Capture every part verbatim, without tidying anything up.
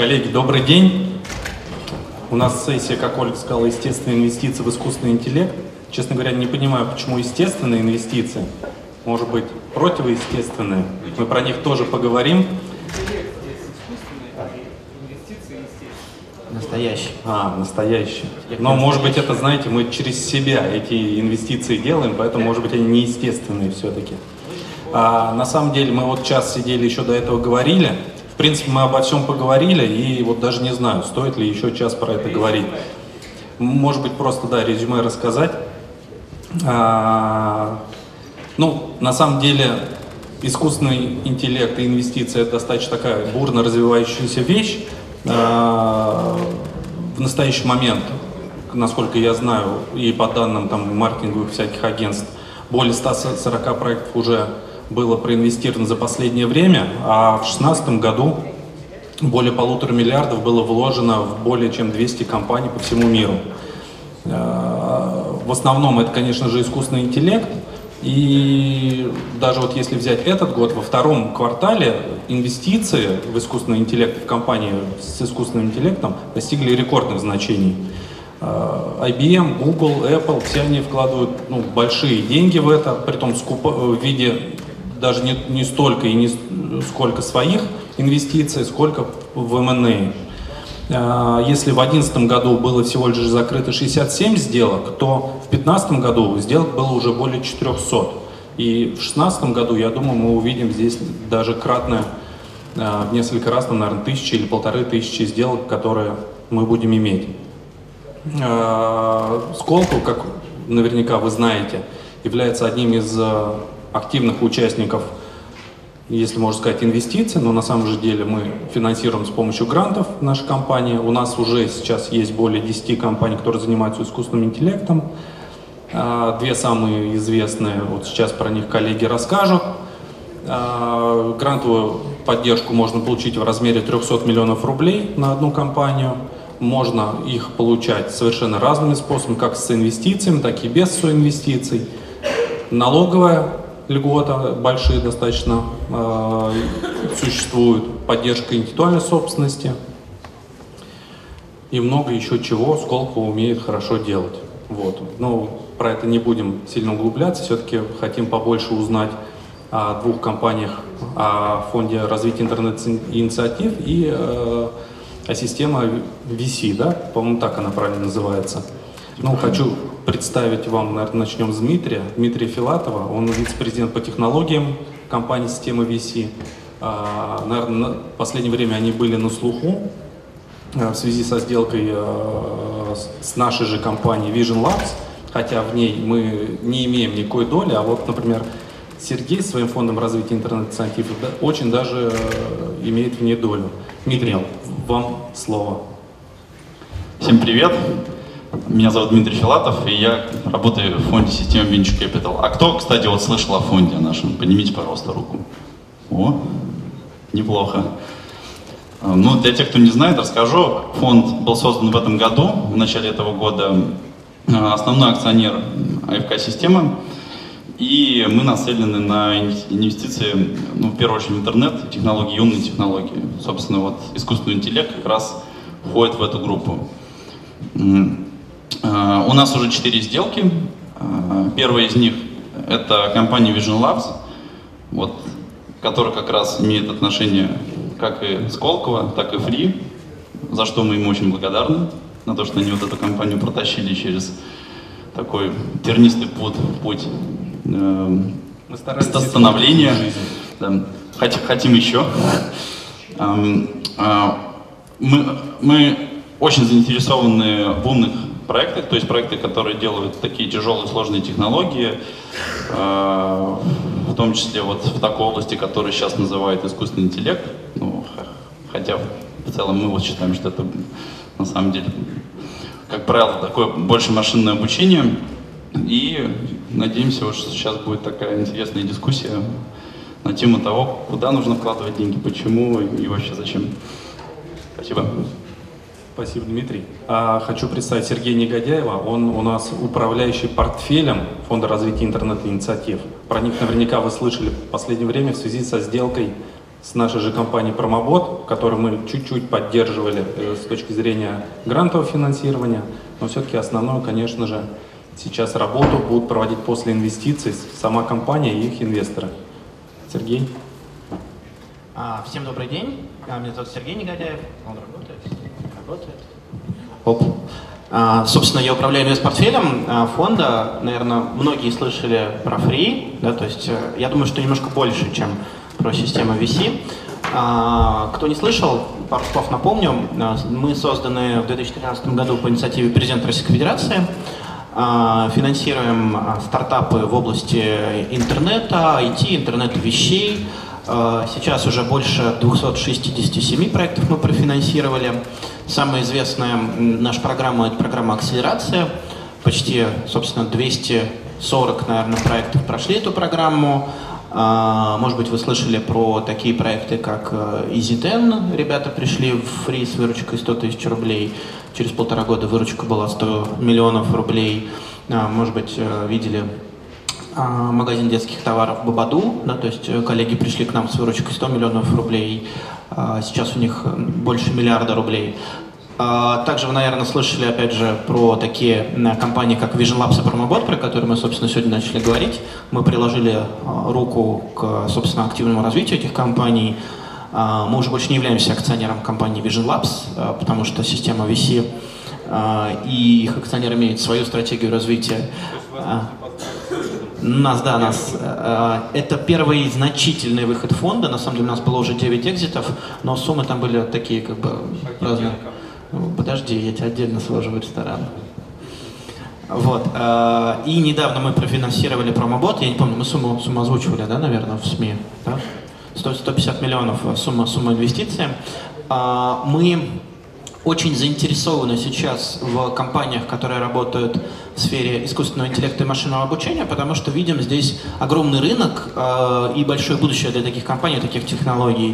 Коллеги, добрый день. У нас сессия, как Ольга сказала, естественные инвестиции в искусственный интеллект. Честно говоря, не понимаю, почему естественные инвестиции. Может быть, противоестественные. Мы про них тоже поговорим. Настоящий. А, настоящий. Но, может быть, это, знаете, мы через себя эти инвестиции делаем, поэтому, может быть, они неестественные все-таки. А, на самом деле, мы вот час сидели, еще до этого говорили. В принципе, мы обо всем поговорили, и вот даже не знаю, стоит ли еще час про это говорить. Может быть, просто, да, резюме рассказать. А, ну, на самом деле, искусственный интеллект и инвестиции – это достаточно такая бурно развивающаяся вещь. В настоящий момент, насколько я знаю, и по данным там, маркетинговых всяких агентств, более ста сорока проектов уже было проинвестировано за последнее время, а в две тысячи шестнадцатом году более полутора миллиардов было вложено в более чем двести компаний по всему миру. В основном это, конечно же, искусственный интеллект. И даже вот если взять этот год, во втором квартале инвестиции в искусственный интеллект, в компании с искусственным интеллектом достигли рекордных значений. ай би эм, Google, Apple, все они вкладывают ну, большие деньги в это, притом в виде даже не, не столько и не сколько своих инвестиций, сколько в эм энд эй. Если в две тысячи одиннадцатом году было всего лишь закрыто шестьдесят семь сделок, то в две тысячи пятнадцатом году сделок было уже более четырёхсот. И в две тысячи шестнадцатом году, я думаю, мы увидим здесь даже кратное, в несколько раз, там, наверное, тысячи или полторы тысячи сделок, которые мы будем иметь. Сколково, как наверняка вы знаете, является одним из активных участников, если можно сказать, инвестиций, но на самом же деле мы финансируем с помощью грантов наша компания. У нас уже сейчас есть более десяти компаний, которые занимаются искусственным интеллектом. Две самые известные, вот сейчас про них коллеги расскажут. Грантовую поддержку можно получить в размере трёхсот миллионов рублей на одну компанию. Можно их получать совершенно разными способами, как с инвестициями, так и без соинвестиций. Налоговая льгота, большие достаточно э, существуют, поддержка интеллектуальной собственности и много еще чего Сколково умеет хорошо делать. Вот. Но про это не будем сильно углубляться, все-таки хотим побольше узнать о двух компаниях, о Фонде развития интернет-инициатив и э, о системе ви си, да? По-моему, так она правильно называется. Ну, хочу представить вам, наверное, начнем с Дмитрия. Дмитрия Филатова, он вице-президент по технологиям компании «Система ви си». А, наверное, в последнее время они были на слуху а, в связи со сделкой а, с нашей же компанией Vision Labs, хотя в ней мы не имеем никакой доли, а вот, например, Сергей своим фондом развития интернет-инициатив да, очень даже а, имеет в ней долю. Дмитрий, вам слово. Всем привет. Меня зовут Дмитрий Филатов, и я работаю в фонде System Venture Capital. А кто, кстати, вот слышал о фонде нашем? Поднимите, пожалуйста, руку. О, неплохо. Ну, для тех, кто не знает, расскажу. Фонд был создан в этом году, в начале этого года. Основной акционер эй эф ка-система. И мы нацелены на инвестиции, ну, в первую очередь, в интернет, технологии, умные технологии. Собственно, вот искусственный интеллект как раз входит в эту группу. Uh, у нас уже четыре сделки. Uh, первая из них это компания Vision Labs, вот, которая как раз имеет отношение как и Сколково, так и Free, за что мы им очень благодарны, на то, что они вот эту компанию протащили через такой тернистый путь, путь uh, становления. Да. Хотим, хотим еще. Uh, uh, мы, мы очень заинтересованы в умных проектах, то есть проекты, которые делают такие тяжелые, сложные технологии, э, в том числе вот в такой области, которую сейчас называют искусственный интеллект. Ну, хотя в целом мы вот считаем, что это на самом деле, как правило, такое больше машинное обучение. И надеемся, вот, что сейчас будет такая интересная дискуссия на тему того, куда нужно вкладывать деньги, почему и вообще зачем. Спасибо. Спасибо, Дмитрий. Хочу представить Сергея Негодяева. Он у нас управляющий портфелем Фонда развития интернет-инициатив. Про них наверняка вы слышали в последнее время в связи со сделкой с нашей же компанией Промобот, которую мы чуть-чуть поддерживали э, с точки зрения грантового финансирования, но все-таки основную, конечно же, сейчас работу будут проводить после инвестиций сама компания и их инвесторы. Сергей. А, всем добрый день. Меня зовут Сергей Негодяев. Он работает? Работает. Оп. А, собственно, я управляю инвестпортфелем а, фонда. Наверное, многие слышали про Free. Да, то есть, я думаю, что немножко больше, чем про систему ви си. А, кто не слышал, пару слов напомню. Мы созданы в две тысячи тринадцатом году по инициативе президента Российской Федерации. Финансируем стартапы в области интернета, ай ти, интернета вещей. Сейчас уже больше двухсот шестидесяти семи проектов мы профинансировали. Самая известная наша программа – это программа «Акселерация». Почти, собственно, двести сорок, наверное, проектов прошли эту программу. Может быть, вы слышали про такие проекты, как EasyTen. Ребята пришли в Free с выручкой сто тысяч рублей. Через полтора года выручка была сто миллионов рублей. Может быть, видели магазин детских товаров Бабаду. Да, то есть коллеги пришли к нам с выручкой сто миллионов рублей. Сейчас у них больше миллиарда рублей. Также вы, наверное, слышали, опять же, про такие компании, как Vision Labs и Pромобот, про которые мы, собственно, сегодня начали говорить. Мы приложили руку к, собственно, активному развитию этих компаний. Мы уже больше не являемся акционером компании Vision Labs, потому что система ви си и их акционер имеют свою стратегию развития. Нас, да, нас. Это первый значительный выход фонда. На самом деле у нас было уже девять экзитов, но суммы там были такие, как бы, разные. Подожди, я тебя отдельно сложу в ресторан. Вот. И недавно мы профинансировали Промобот. Я не помню, мы сумму, сумму озвучивали, да, наверное, в СМИ. Да? сто пятьдесят миллионов сумма, сумма инвестиций. Мы очень заинтересованы сейчас в компаниях, которые работают в сфере искусственного интеллекта и машинного обучения, потому что видим здесь огромный рынок и большое будущее для таких компаний, таких технологий.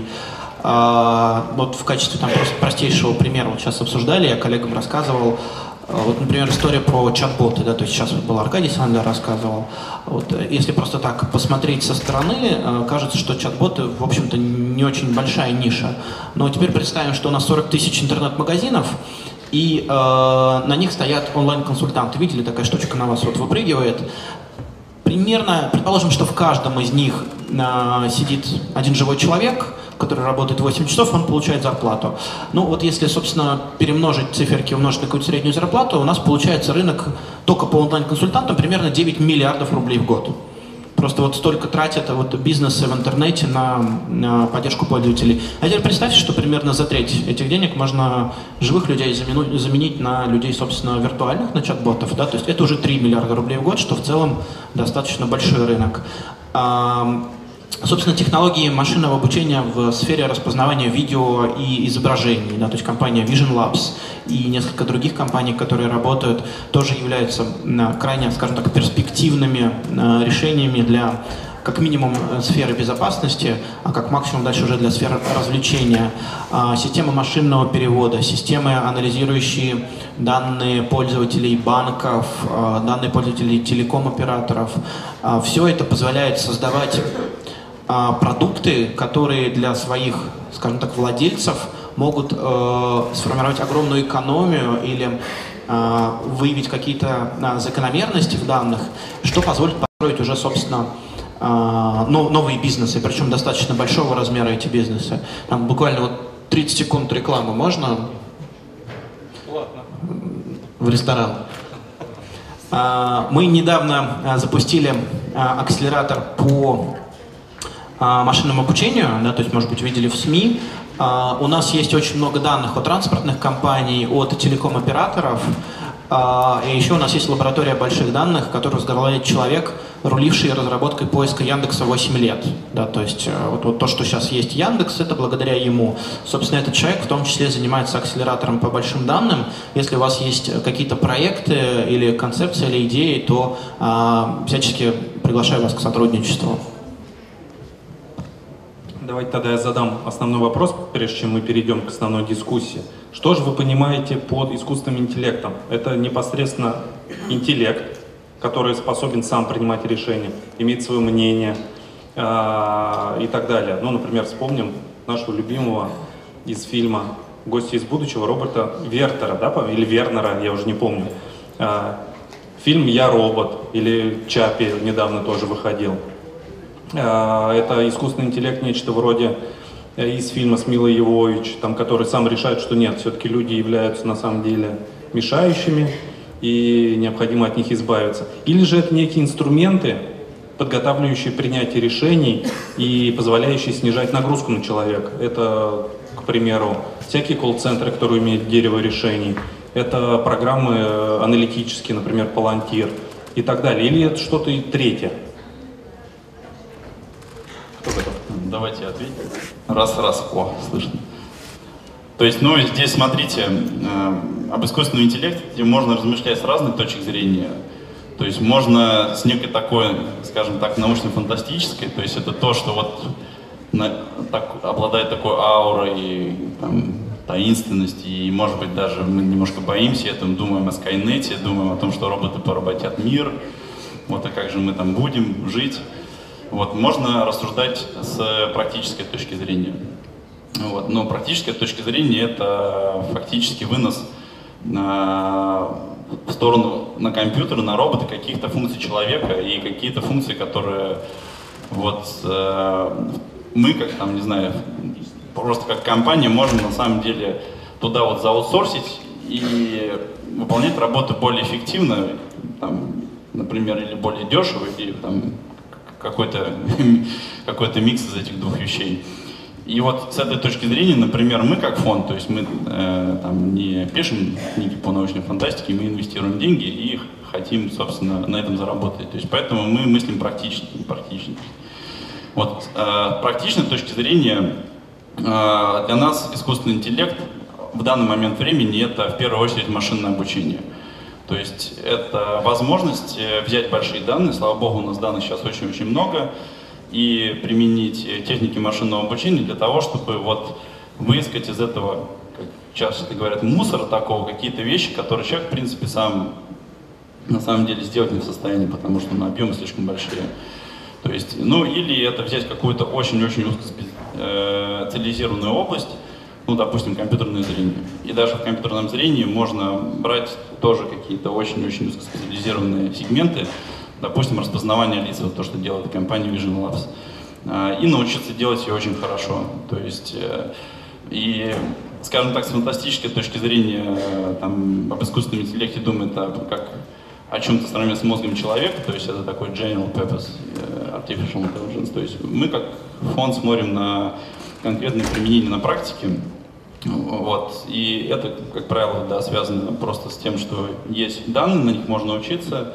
Вот в качестве там просто простейшего примера, вот сейчас обсуждали, я коллегам рассказывал, вот, например, история про чат-боты, да, то есть сейчас вот был Аркадий Сандер рассказывал. Вот, если просто так посмотреть со стороны, кажется, что чат-боты, в общем-то, не очень большая ниша. Но теперь представим, что у нас сорок тысяч интернет-магазинов, и э, на них стоят онлайн-консультанты. Видели, такая штучка на вас вот выпрыгивает. Примерно, предположим, что в каждом из них э, сидит один живой человек, который работает восемь часов, он получает зарплату. Ну вот если, собственно, перемножить циферки, умножить на какую-то среднюю зарплату, у нас получается рынок только по онлайн-консультантам примерно девять миллиардов рублей в год. Просто вот столько тратят вот бизнесы в интернете на, на поддержку пользователей. А теперь представьте, что примерно за треть этих денег можно живых людей заменить, заменить на людей, собственно, виртуальных, на чат-ботов. Да? То есть это уже три миллиарда рублей в год, что в целом достаточно большой рынок. Собственно, технологии машинного обучения в сфере распознавания видео и изображений, да, то есть компания Vision Labs и несколько других компаний, которые работают, тоже являются крайне, скажем так, перспективными решениями для, как минимум, сферы безопасности, а как максимум дальше уже для сферы развлечения. Системы машинного перевода, системы, анализирующие данные пользователей банков, данные пользователей телеком-операторов. Все это позволяет создавать продукты, которые для своих, скажем так, владельцев могут э, сформировать огромную экономию или э, выявить какие-то э, закономерности в данных, что позволит построить уже, собственно, э, но, новые бизнесы, причем достаточно большого размера эти бизнесы. Там буквально вот тридцать секунд рекламы можно? Ладно. В ресторан. Э, мы недавно э, запустили э, акселератор по машинному обучению, да, то есть, может быть, видели в СМИ. Uh, у нас есть очень много данных от транспортных компаний, от телеком-операторов. Uh, и еще у нас есть лаборатория больших данных, которую возглавляет человек, руливший разработкой поиска Яндекса восемь лет. Да, то есть uh, вот, вот то, что сейчас есть Яндекс, это благодаря ему. Собственно, этот человек в том числе занимается акселератором по большим данным. Если у вас есть какие-то проекты или концепции, или идеи, то uh, всячески приглашаю вас к сотрудничеству. Давайте тогда я задам основной вопрос, прежде чем мы перейдем к основной дискуссии. Что же вы понимаете под искусственным интеллектом? Это непосредственно интеллект, который способен сам принимать решения, иметь свое мнение, и так далее. Ну, например, вспомним нашего любимого из фильма «Гости из будущего» Роберта Вертера, да, или Вернера, я уже не помню. Фильм «Я робот» или «Чаппи» недавно тоже выходил. Это искусственный интеллект, нечто вроде из фильма с Милой Йовович, там, который сам решает, что нет, все-таки люди являются на самом деле мешающими, и необходимо от них избавиться. Или же это некие инструменты, подготавливающие принятие решений и позволяющие снижать нагрузку на человека. Это, к примеру, всякие колл-центры, которые имеют дерево решений. Это программы аналитические, например, Palantir и так далее. Или это что-то и третье. Кто готов? Давайте я ответим. Раз-раз. О, слышно. То есть, ну, здесь, смотрите, э, об искусственном интеллекте можно размышлять с разных точек зрения. То есть можно с некой такой, скажем так, научно-фантастической, то есть это то, что вот на, так, обладает такой аурой, там, таинственности, и, может быть, даже мы немножко боимся этого, думаем о Скайнете, думаем о том, что роботы поработят мир, вот, и как же мы там будем жить. Вот, можно рассуждать с практической точки зрения. Вот, но практическая точка зрения — это фактически вынос на, в сторону на компьютеры, на роботы каких-то функций человека и какие-то функции, которые вот, э, мы, как там, не знаю, просто как компания можем на самом деле туда вот заутсорсить и выполнять работу более эффективно, там, например, или более дешево, или там какой-то какой-то микс из этих двух вещей. И вот с этой точки зрения, например, мы как фонд, то есть мы э, там не пишем книги по научной фантастике, мы инвестируем деньги и хотим, собственно, на этом заработать. То есть поэтому мы мыслим практично. практично. Вот, э, практичной точки зрения э, для нас искусственный интеллект в данный момент времени — это в первую очередь машинное обучение. То есть это возможность взять большие данные, слава богу, у нас данных сейчас очень-очень много, и применить техники машинного обучения для того, чтобы вот выискать из этого, как часто говорят, мусора такого, какие-то вещи, которые человек, в принципе, сам на самом деле сделать не в состоянии, потому что ну, объемы слишком большие. То есть, ну или это взять какую-то очень-очень узкоспециализированную область, ну, допустим, компьютерное зрение. И даже в компьютерном зрении можно брать тоже какие-то очень-очень узкоспециализированные сегменты, допустим, распознавание лиц, вот то, что делает компания Vision Labs, и научиться делать ее очень хорошо. То есть, и, скажем так, с фантастической точки зрения, там, об искусственном интеллекте думает как о чем-то сравнимом с мозгом человека, то есть это такой general purpose artificial intelligence. То есть мы как фонд смотрим на конкретные применения на практике. Вот. И это, как правило, да, связано просто с тем, что есть данные, на них можно учиться.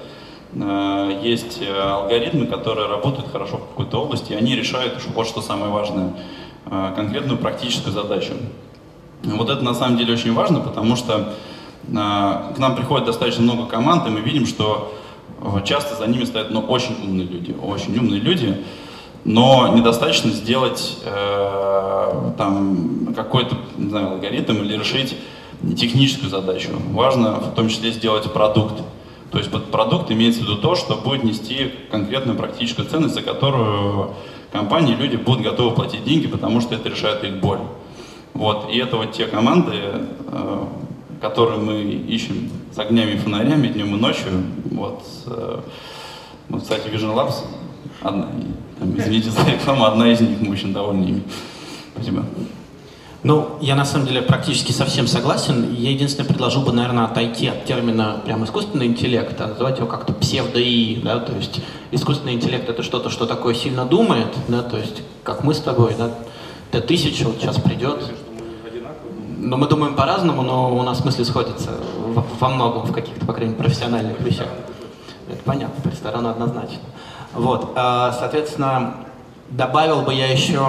Есть алгоритмы, которые работают хорошо в какой-то области, и они решают, вот что самое важное, конкретную практическую задачу. Вот это на самом деле очень важно, потому что к нам приходит достаточно много команд, и мы видим, что часто за ними стоят ну, очень умные люди, очень умные люди, но недостаточно сделать э, там какой-то, не знаю, алгоритм или решить техническую задачу. Важно в том числе сделать продукт. То есть под продукт имеется в виду то, что будет нести конкретную практическую ценность, за которую компании, люди будут готовы платить деньги, потому что это решает их боль. Вот. И это вот те команды, э, которые мы ищем с огнями и фонарями днем и ночью. Вот, э, вот кстати, Vision Labs, одна, там, извините за рекламу, одна из них, мы очень довольны ими. Спасибо. Ну, я на самом деле практически совсем согласен. Я единственное предложил бы, наверное, отойти от термина прям искусственный интеллект, а называть его как-то псевдо-ИИ, да, то есть искусственный интеллект — это что-то, что такое сильно думает, да, то есть как мы с тобой, да, Т тысяча вот сейчас придет. Но мы думаем по-разному, но у нас мысли сходятся во многом, в каких-то, по крайней мере, профессиональных вещах. Это понятно, по ресторану однозначно. Вот, соответственно, добавил бы я еще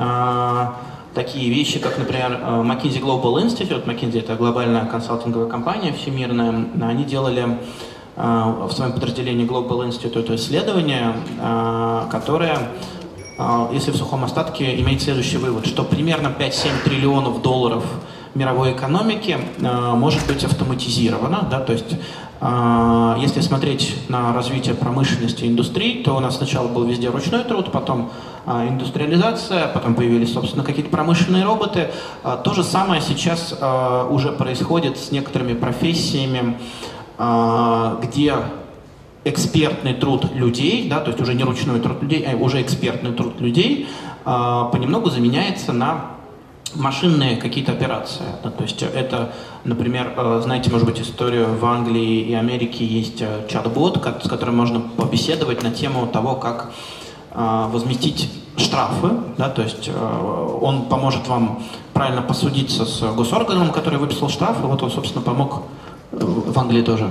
такие вещи, как, например, McKinsey Global Institute. McKinsey — это глобальная консалтинговая компания всемирная. Они делали в своем подразделении Global Institute исследование, которое, если в сухом остатке, имеет следующий вывод, что примерно пять-семь триллионов долларов мировой экономики может быть автоматизировано, да, то есть если смотреть на развитие промышленности и индустрии, то у нас сначала был везде ручной труд, потом индустриализация, потом появились, собственно, какие-то промышленные роботы. То же самое сейчас уже происходит с некоторыми профессиями, где экспертный труд людей, да, то есть уже не ручной труд людей, а уже экспертный труд людей понемногу заменяется на машинные какие-то операции. Да, то есть это, например, знаете, может быть, историю в Англии и Америке есть чат-бот, с которым можно побеседовать на тему того, как возместить штрафы, да, то есть он поможет вам правильно посудиться с госорганом, который выписал штраф, и вот он, собственно, помог в Англии тоже,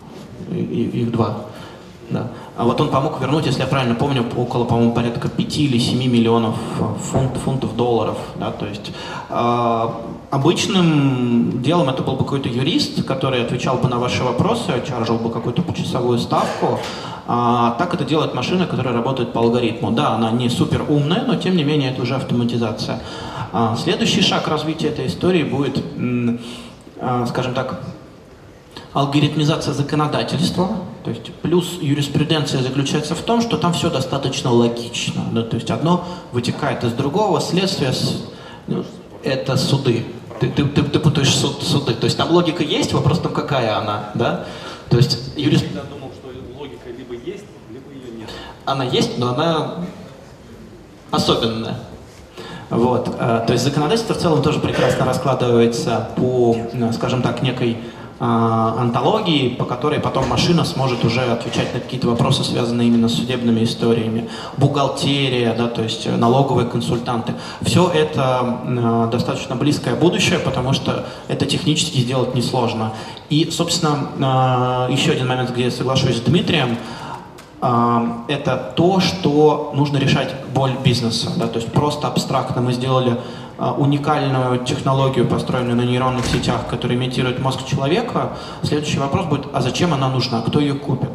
их два. Да. А вот он помог вернуть, если я правильно помню, около, по-моему, порядка пяти или семи миллионов фунт, фунтов долларов. Да, то есть э, обычным делом это был бы какой-то юрист, который отвечал бы на ваши вопросы, чаржил бы какую-то почасовую ставку. А так это делает машина, которая работает по алгоритму. Да, она не супер умная, но тем не менее это уже автоматизация. А следующий шаг развития этой истории будет, э, скажем так, алгоритмизация законодательства, то есть плюс юриспруденция заключается в том, что там все достаточно логично, да, то есть одно вытекает из другого, следствие ну, это суды, ты, ты, ты, ты путаешь суд, суды, то есть там логика есть, вопрос там какая она, да, то есть юрис... Я всегда думал, что логика либо есть, либо ее нет. Она есть, но она особенная. Вот, то есть законодательство в целом тоже прекрасно раскладывается по, скажем так, некой антологии, по которой потом машина сможет уже отвечать на какие-то вопросы, связанные именно с судебными историями. Бухгалтерия, да, то есть налоговые консультанты. Все это э, достаточно близкое будущее, потому что это технически сделать несложно. И, собственно, э, еще один момент, где я соглашусь с Дмитрием, э, это то, что нужно решать боль бизнеса. Да, то есть просто абстрактно мы сделали уникальную технологию, построенную на нейронных сетях, которая имитирует мозг человека. Следующий вопрос будет, а зачем она нужна, кто ее купит?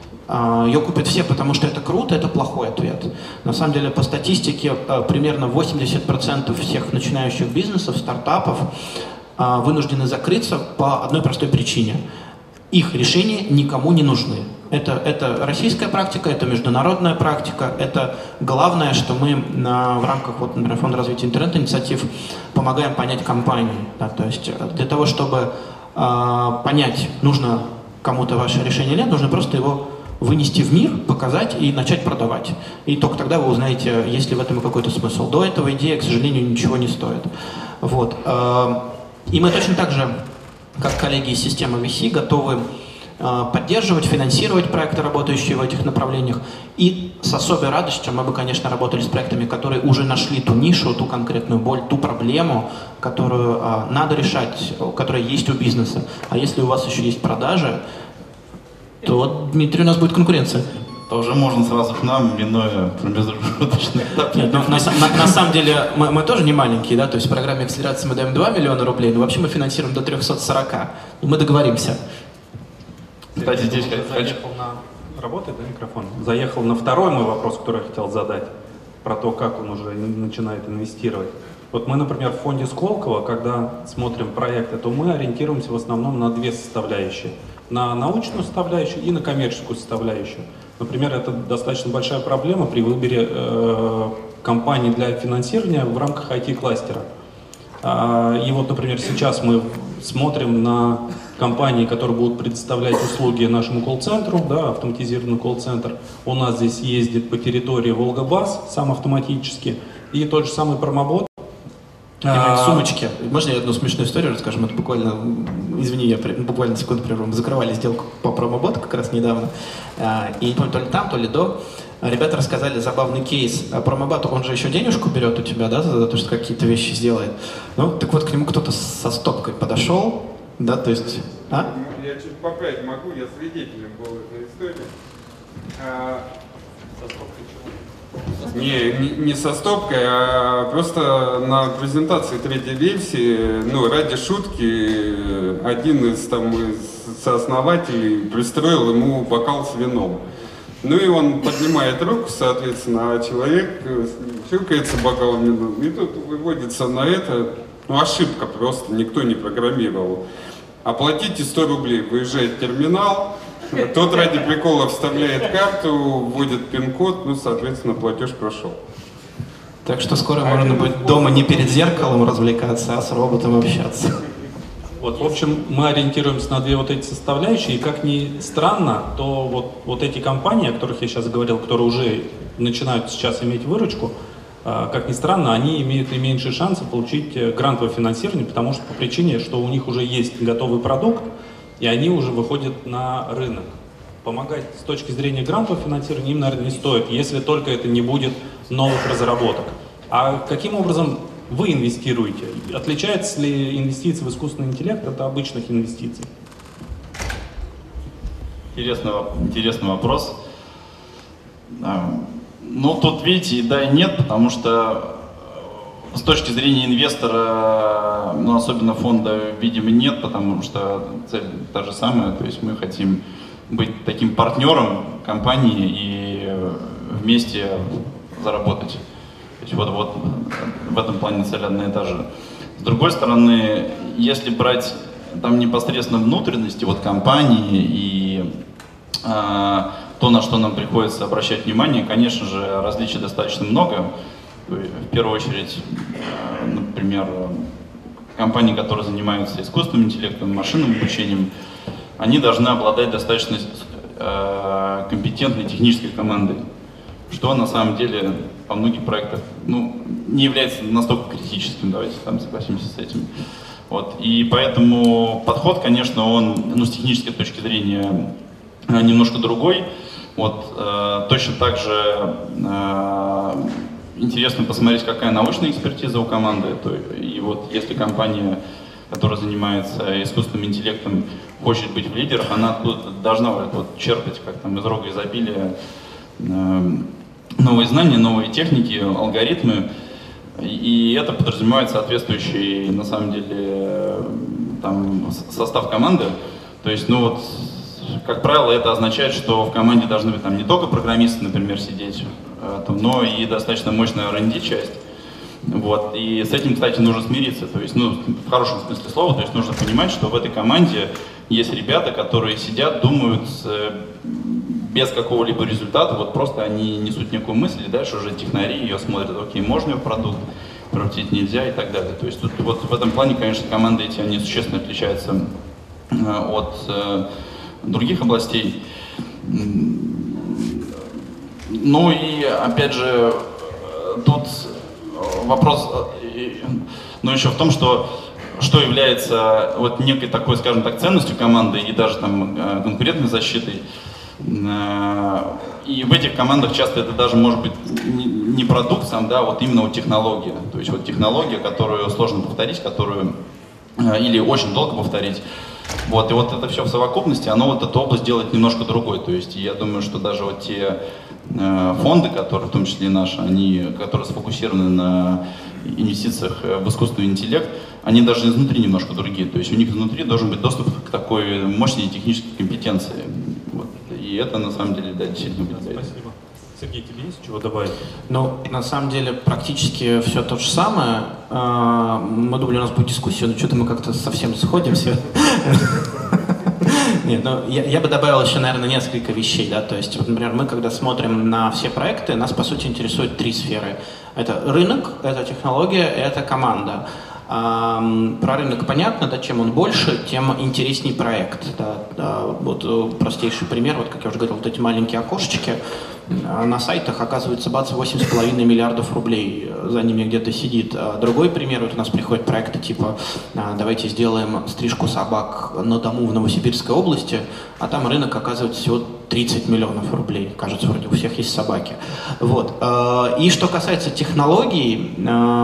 Ее купят все, потому что это круто, это плохой ответ. На самом деле, по статистике, примерно восемьдесят процентов всех начинающих бизнесов, стартапов вынуждены закрыться по одной простой причине. Их решения никому не нужны. Это, это российская практика, это международная практика, это главное, что мы на, в рамках, вот, например, Фонда развития интернет-инициатив помогаем понять компании. Да, то есть для того, чтобы э, понять, нужно кому-то ваше решение или нет, нужно просто его вынести в мир, показать и начать продавать. И только тогда вы узнаете, есть ли в этом какой-то смысл. До этого идея, к сожалению, ничего не стоит. Вот. И мы точно так же, как коллеги из системы ви си, готовы поддерживать, финансировать проекты, работающие в этих направлениях. И с особой радостью мы бы, конечно, работали с проектами, которые уже нашли ту нишу, ту конкретную боль, ту проблему, которую а, надо решать, которая есть у бизнеса. А если у вас еще есть продажи, то, Дмитрий, у нас будет конкуренция. То уже можно сразу к нам, минуя промежуточный этап. Нет, но на, на, на самом деле мы, мы тоже не маленькие, да, то есть в программе акселерации мы даем два миллиона рублей, но вообще мы финансируем до трёхсот сорока. Мы договоримся. Кстати, здесь заехал на... Работает, да, микрофон? Заехал на второй мой вопрос, который я хотел задать, про то, как он уже начинает инвестировать. Вот мы, например, в фонде Сколково, когда смотрим проекты, то мы ориентируемся в основном на две составляющие. На научную составляющую и на коммерческую составляющую. Например, это достаточно большая проблема при выборе э, компаний для финансирования в рамках ай ти-кластера. Э, и вот, например, сейчас мы смотрим на компании, которые будут предоставлять услуги нашему колл-центру, да, автоматизированный колл-центр. У нас здесь ездит по территории Волгабас, сам автоматически, и тот же самый промобот. А, сумочки. Можно я одну смешную историю расскажем? Это буквально, извини, я буквально секунду прерву. Мы закрывали сделку по промоботу как раз недавно. И не помню, то ли там, то ли до. Ребята рассказали забавный кейс. Промобот, он же еще денежку берет у тебя, да, за то, что какие-то вещи сделает. Ну, так вот, к нему кто-то со стопкой подошел, да, то есть... А? Я чуть поправить могу, я свидетелем был этой истории. А... Со стопкой чего? Не, не, не со стопкой, а просто на презентации третьей версии, ну, ради шутки, один из там из сооснователей пристроил ему бокал с вином. Ну и он поднимает руку, соответственно, а человек чуркается бокалом вином, и тут выводится на это, Ну, ошибка просто, никто не программировал. Оплатите сто рублей, выезжает терминал, тот ради прикола вставляет карту, вводит пин-код, ну, соответственно, платеж прошел. Так что скоро можно будет дома не перед зеркалом развлекаться, а с роботом общаться. Вот, в общем, мы ориентируемся на две вот эти составляющие, и как ни странно, то вот, вот эти компании, о которых я сейчас говорил, которые уже начинают сейчас иметь выручку, как ни странно, они имеют и меньшие шансы получить грантовое финансирование, потому что по причине, что у них уже есть готовый продукт, и они уже выходят на рынок. Помогать с точки зрения грантового финансирования им, наверное, не стоит, если только это не будет новых разработок. А каким образом вы инвестируете? Отличается ли инвестиции в искусственный интеллект от обычных инвестиций? Интересный, интересный вопрос. Ну, тут, видите, и да, и нет, потому что с точки зрения инвестора, ну, особенно фонда, видимо, нет, потому что цель та же самая, то есть мы хотим быть таким партнером компании и вместе заработать. То есть вот, вот в этом плане цель одна и та же. С другой стороны, если брать там непосредственно внутренности вот компании и э, то, на что нам приходится обращать внимание, конечно же, различий достаточно много. В первую очередь, э, например, компании, которые занимаются искусственным интеллектом, машинным обучением, они должны обладать достаточно э, компетентной технической командой, что на самом деле во многих проектах ну, не является настолько критическим, давайте там согласимся с этим. Вот. И поэтому подход, конечно, он ну, с технической точки зрения немножко другой. Вот. Э, точно так же э, интересно посмотреть, какая научная экспертиза у команды. То, и вот если компания, которая занимается искусственным интеллектом, хочет быть в лидерах, она оттуда должна вот, черпать, как там из рога изобилия, э, новые знания, новые техники, алгоритмы. И это подразумевает соответствующий, на самом деле, там, состав команды. То есть, ну вот, как правило, это означает, что в команде должны быть там не только программисты, например, сидеть, но и достаточно мощная ар энд ди часть. Вот. И с этим, кстати, нужно смириться. То есть, ну, в хорошем смысле слова, то есть нужно понимать, что в этой команде есть ребята, которые сидят, думают без какого-либо результата, вот просто они несут некую мысль, и дальше уже технари ее смотрят, окей, можно ее в продукт превратить, нельзя и так далее. То есть тут вот в этом плане, конечно, команды эти, они существенно отличаются от э, других областей. Ну и, опять же, тут вопрос, ну, еще в том, что что является вот некой такой, скажем так, ценностью команды и даже там конкурентной защитой. И в этих командах часто это даже может быть не продукт сам, да, вот именно вот технология. То есть вот технология, которую сложно повторить, которую или очень долго повторить. Вот, и вот это все в совокупности, оно вот эту область делает немножко другой. То есть я думаю, что даже вот те э, фонды, которые, в том числе и наши, они, которые сфокусированы на инвестициях в искусственный интеллект, они даже изнутри немножко другие. То есть у них изнутри должен быть доступ к такой мощной технической компетенции. Вот. И это на самом деле, да, действительно выделяет. Спасибо. Сергей, тебе есть чего добавить? Ну, на самом деле, практически все то же самое. Мы думали, у нас будет дискуссия, но что-то мы как-то совсем сходимся. Нет, ну, я, я бы добавил еще, наверное, несколько вещей, да, то есть, вот, например, мы, когда смотрим на все проекты, нас, по сути, интересуют три сферы. Это рынок, это технология, это команда. Про рынок понятно, да, чем он больше, тем интересней проект. Да, да, вот простейший пример, вот как я уже говорил, вот эти маленькие окошечки на сайтах, оказывается, бац, восемь с половиной миллиардов рублей за ними где-то сидит. А другой пример, вот у нас приходят проекты типа давайте сделаем стрижку собак на дому в Новосибирской области, а там рынок оказывается всего тридцать миллионов рублей. Кажется, вроде у всех есть собаки. Вот. И что касается технологий,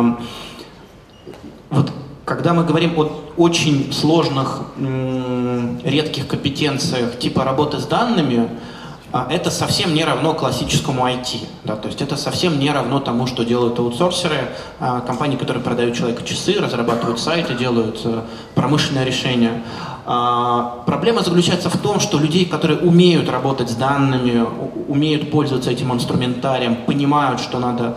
вот когда мы говорим о очень сложных, редких компетенциях типа работы с данными, это совсем не равно классическому ай ти. Да, то есть это совсем не равно тому, что делают аутсорсеры, компании, которые продают человеку часы, разрабатывают сайты, делают промышленное решение. Проблема заключается в том, что людей, которые умеют работать с данными, умеют пользоваться этим инструментарием, понимают, что надо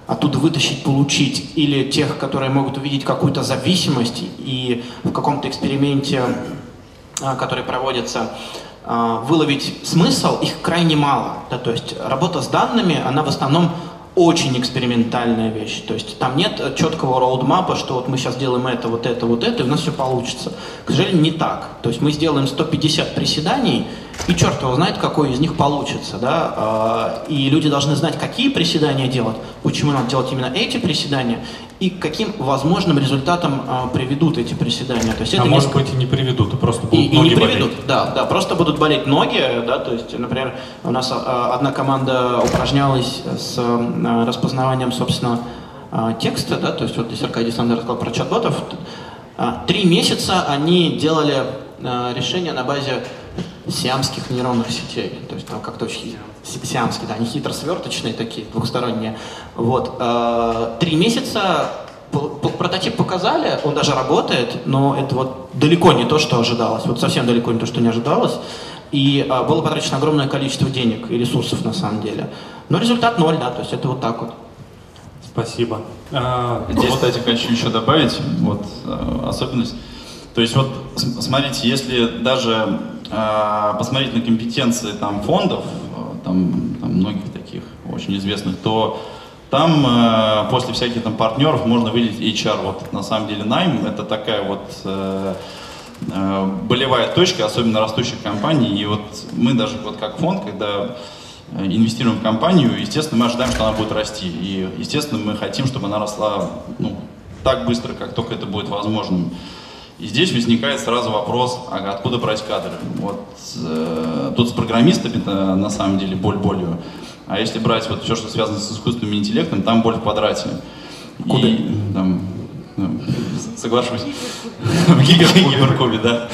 оттуда вытащить, получить, или тех, которые могут увидеть какую-то зависимость и в каком-то эксперименте, который проводится, выловить смысл, их крайне мало. Да, то есть работа с данными, она в основном очень экспериментальная вещь. То есть там нет четкого роудмапа, что вот мы сейчас делаем это, вот это, вот это, и у нас все получится. К сожалению, не так. То есть мы сделаем сто пятьдесят приседаний, и черт его знает, какой из них получится. Да? И люди должны знать, какие приседания делать, почему надо делать именно эти приседания, и к каким возможным результатам приведут эти приседания. То есть а это может несколько... быть и не приведут, и просто будут и, ноги и не приведут, болеть. да, да, просто будут болеть ноги, да, то есть, например, у нас а, одна команда упражнялась с а, распознаванием, собственно, а, текста, да, то есть вот здесь Аркадий Александр рассказал про чат-ботов. А, три месяца они делали а, решения на базе сиамских нейронных сетей, то есть там как-то очень сиамские, да, они хитросверточные такие, двухсторонние. Вот, а, три месяца прототип показали, он даже работает, но это вот далеко не то, что ожидалось, вот совсем далеко не то, что не ожидалось. И а, было потрачено огромное количество денег и ресурсов на самом деле. Но результат ноль, да, то есть это вот так вот. Спасибо. А, Здесь, вот... кстати, хочу еще добавить вот особенность. То есть вот смотрите, если даже э, посмотреть на компетенции там фондов, там, там многих таких очень известных, то там э, после всяких там партнеров можно выделить эйч ар. Вот на самом деле найм это такая вот э, э, болевая точка, особенно растущих компаний. И вот мы даже вот как фонд, когда инвестируем в компанию, естественно, мы ожидаем, что она будет расти. И, естественно, мы хотим, чтобы она росла ну, так быстро, как только это будет возможным. И здесь возникает сразу вопрос, а откуда брать кадры? Вот э, тут с программистами на самом деле боль болью. А если брать вот все, что связано с искусственным интеллектом, там боль в квадрате. Куда? И, там, ну, соглашусь. В гиперкубе, да.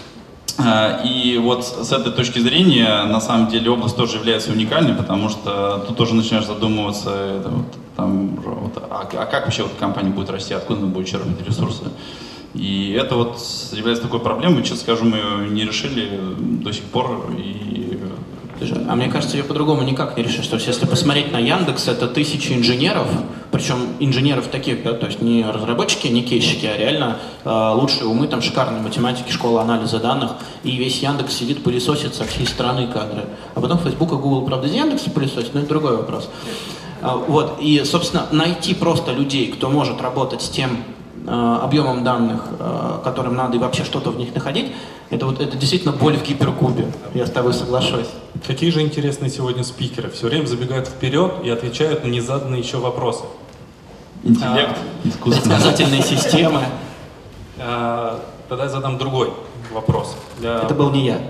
И вот с этой точки зрения, на самом деле, область тоже является уникальной, потому что тут тоже начинаешь задумываться, это вот, там, вот, а, а как вообще вот компания будет расти, откуда она будет черпать ресурсы. И это вот является такой проблемой, честно скажу, мы ее не решили до сих пор. И... А мне кажется, ее по-другому никак не решишь. То есть, если посмотреть на Яндекс, это тысячи инженеров, причем инженеров таких, да, то есть не разработчики, не кейщики, а реально э, лучшие умы, там шикарные математики, школа анализа данных, и весь Яндекс сидит, пылесосит со всей страны кадры. А потом Facebook и Google, правда, из Яндекса пылесосит, но это другой вопрос. А, вот, и, собственно, найти просто людей, кто может работать с тем э, объемом данных, э, которым надо, и вообще что-то в них находить, это вот это действительно боль в гиперкубе. Я с тобой соглашусь. Какие же интересные сегодня спикеры. Все время забегают вперед и отвечают на незаданные еще вопросы. Интеллект, а, искусственный. Предсказательные системы. А, тогда я задам другой вопрос. Я... Это был не я.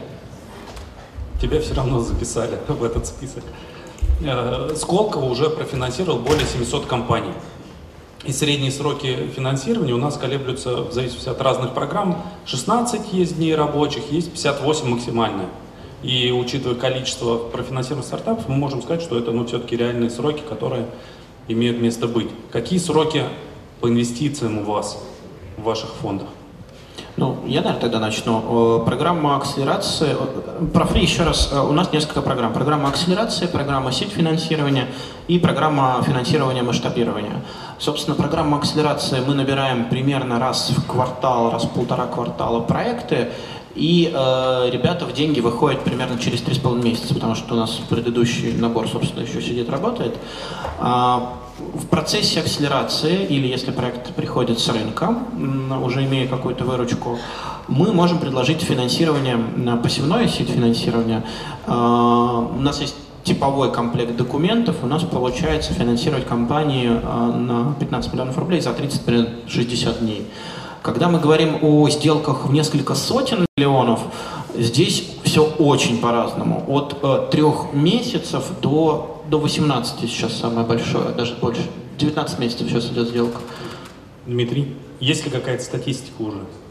Тебя все равно записали в этот список. А, Сколково уже профинансировал более семисот компаний. И средние сроки финансирования у нас колеблются в зависимости от разных программ. шестнадцать есть дней рабочих, есть пятьдесят восемь максимальная. И учитывая количество профинансированных стартапов, мы можем сказать, что это ну, все-таки реальные сроки, которые имеют место быть. Какие сроки по инвестициям у вас в ваших фондах? Ну, я, наверное, тогда начну. Программа акселерации, про фри еще раз, у нас несколько программ. Программа акселерации, программа сеть финансирования и программа финансирования масштабирования. Собственно, программа акселерации мы набираем примерно раз в квартал, раз в полтора квартала проекты, и э, ребята в деньги выходят примерно через три с половиной месяца, потому что у нас предыдущий набор, собственно, еще сидит, работает. А, в процессе акселерации, или если проект приходит с рынка, уже имея какую-то выручку, мы можем предложить финансирование, пассивное сеть финансирования. А, у нас есть типовой комплект документов, у нас получается финансировать компании на пятнадцать миллионов рублей за тридцать-шестьдесят дней. Когда мы говорим о сделках в несколько сотен миллионов, здесь все очень по-разному. От э, трех месяцев до, до восемнадцати сейчас самое большое, даже больше. девятнадцать месяцев сейчас идет сделка. Дмитрий, есть ли какая-то статистика уже?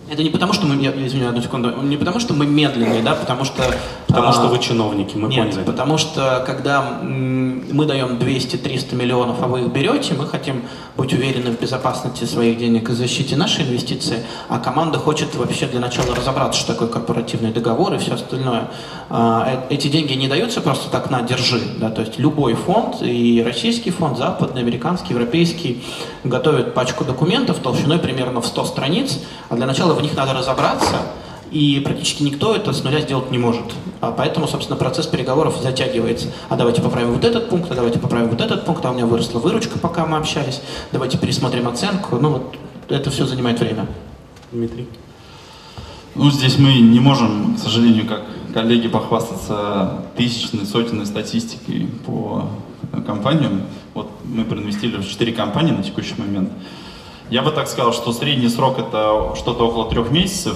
Это не потому, что мы, я извиняюсь, одну секунду, не потому, что мы медленные, да, потому что... Потому а, что вы чиновники, мы нет, поняли. потому что когда м, мы даем двести-триста миллионов, а вы их берете, мы хотим быть уверены в безопасности своих денег и защите нашей инвестиции, а команда хочет вообще для начала разобраться, что такое корпоративный договор и все остальное. А, э, эти деньги не даются просто так на, держи, да, то есть любой фонд, и российский фонд, западный, американский, европейский, готовят пачку документов толщиной примерно в сто страниц, а для начала в них надо разобраться, и практически никто это с нуля сделать не может. А поэтому, собственно, процесс переговоров затягивается. А давайте поправим вот этот пункт, а давайте поправим вот этот пункт, а у меня выросла выручка, пока мы общались, давайте пересмотрим оценку. Ну вот это все занимает время. Дмитрий? Ну, здесь мы не можем, к сожалению, как коллеги, похвастаться тысячной, сотенной статистикой по компаниям. Вот мы проинвестировали в четыре компании на текущий момент. Я бы так сказал, что средний срок это что-то около трех месяцев.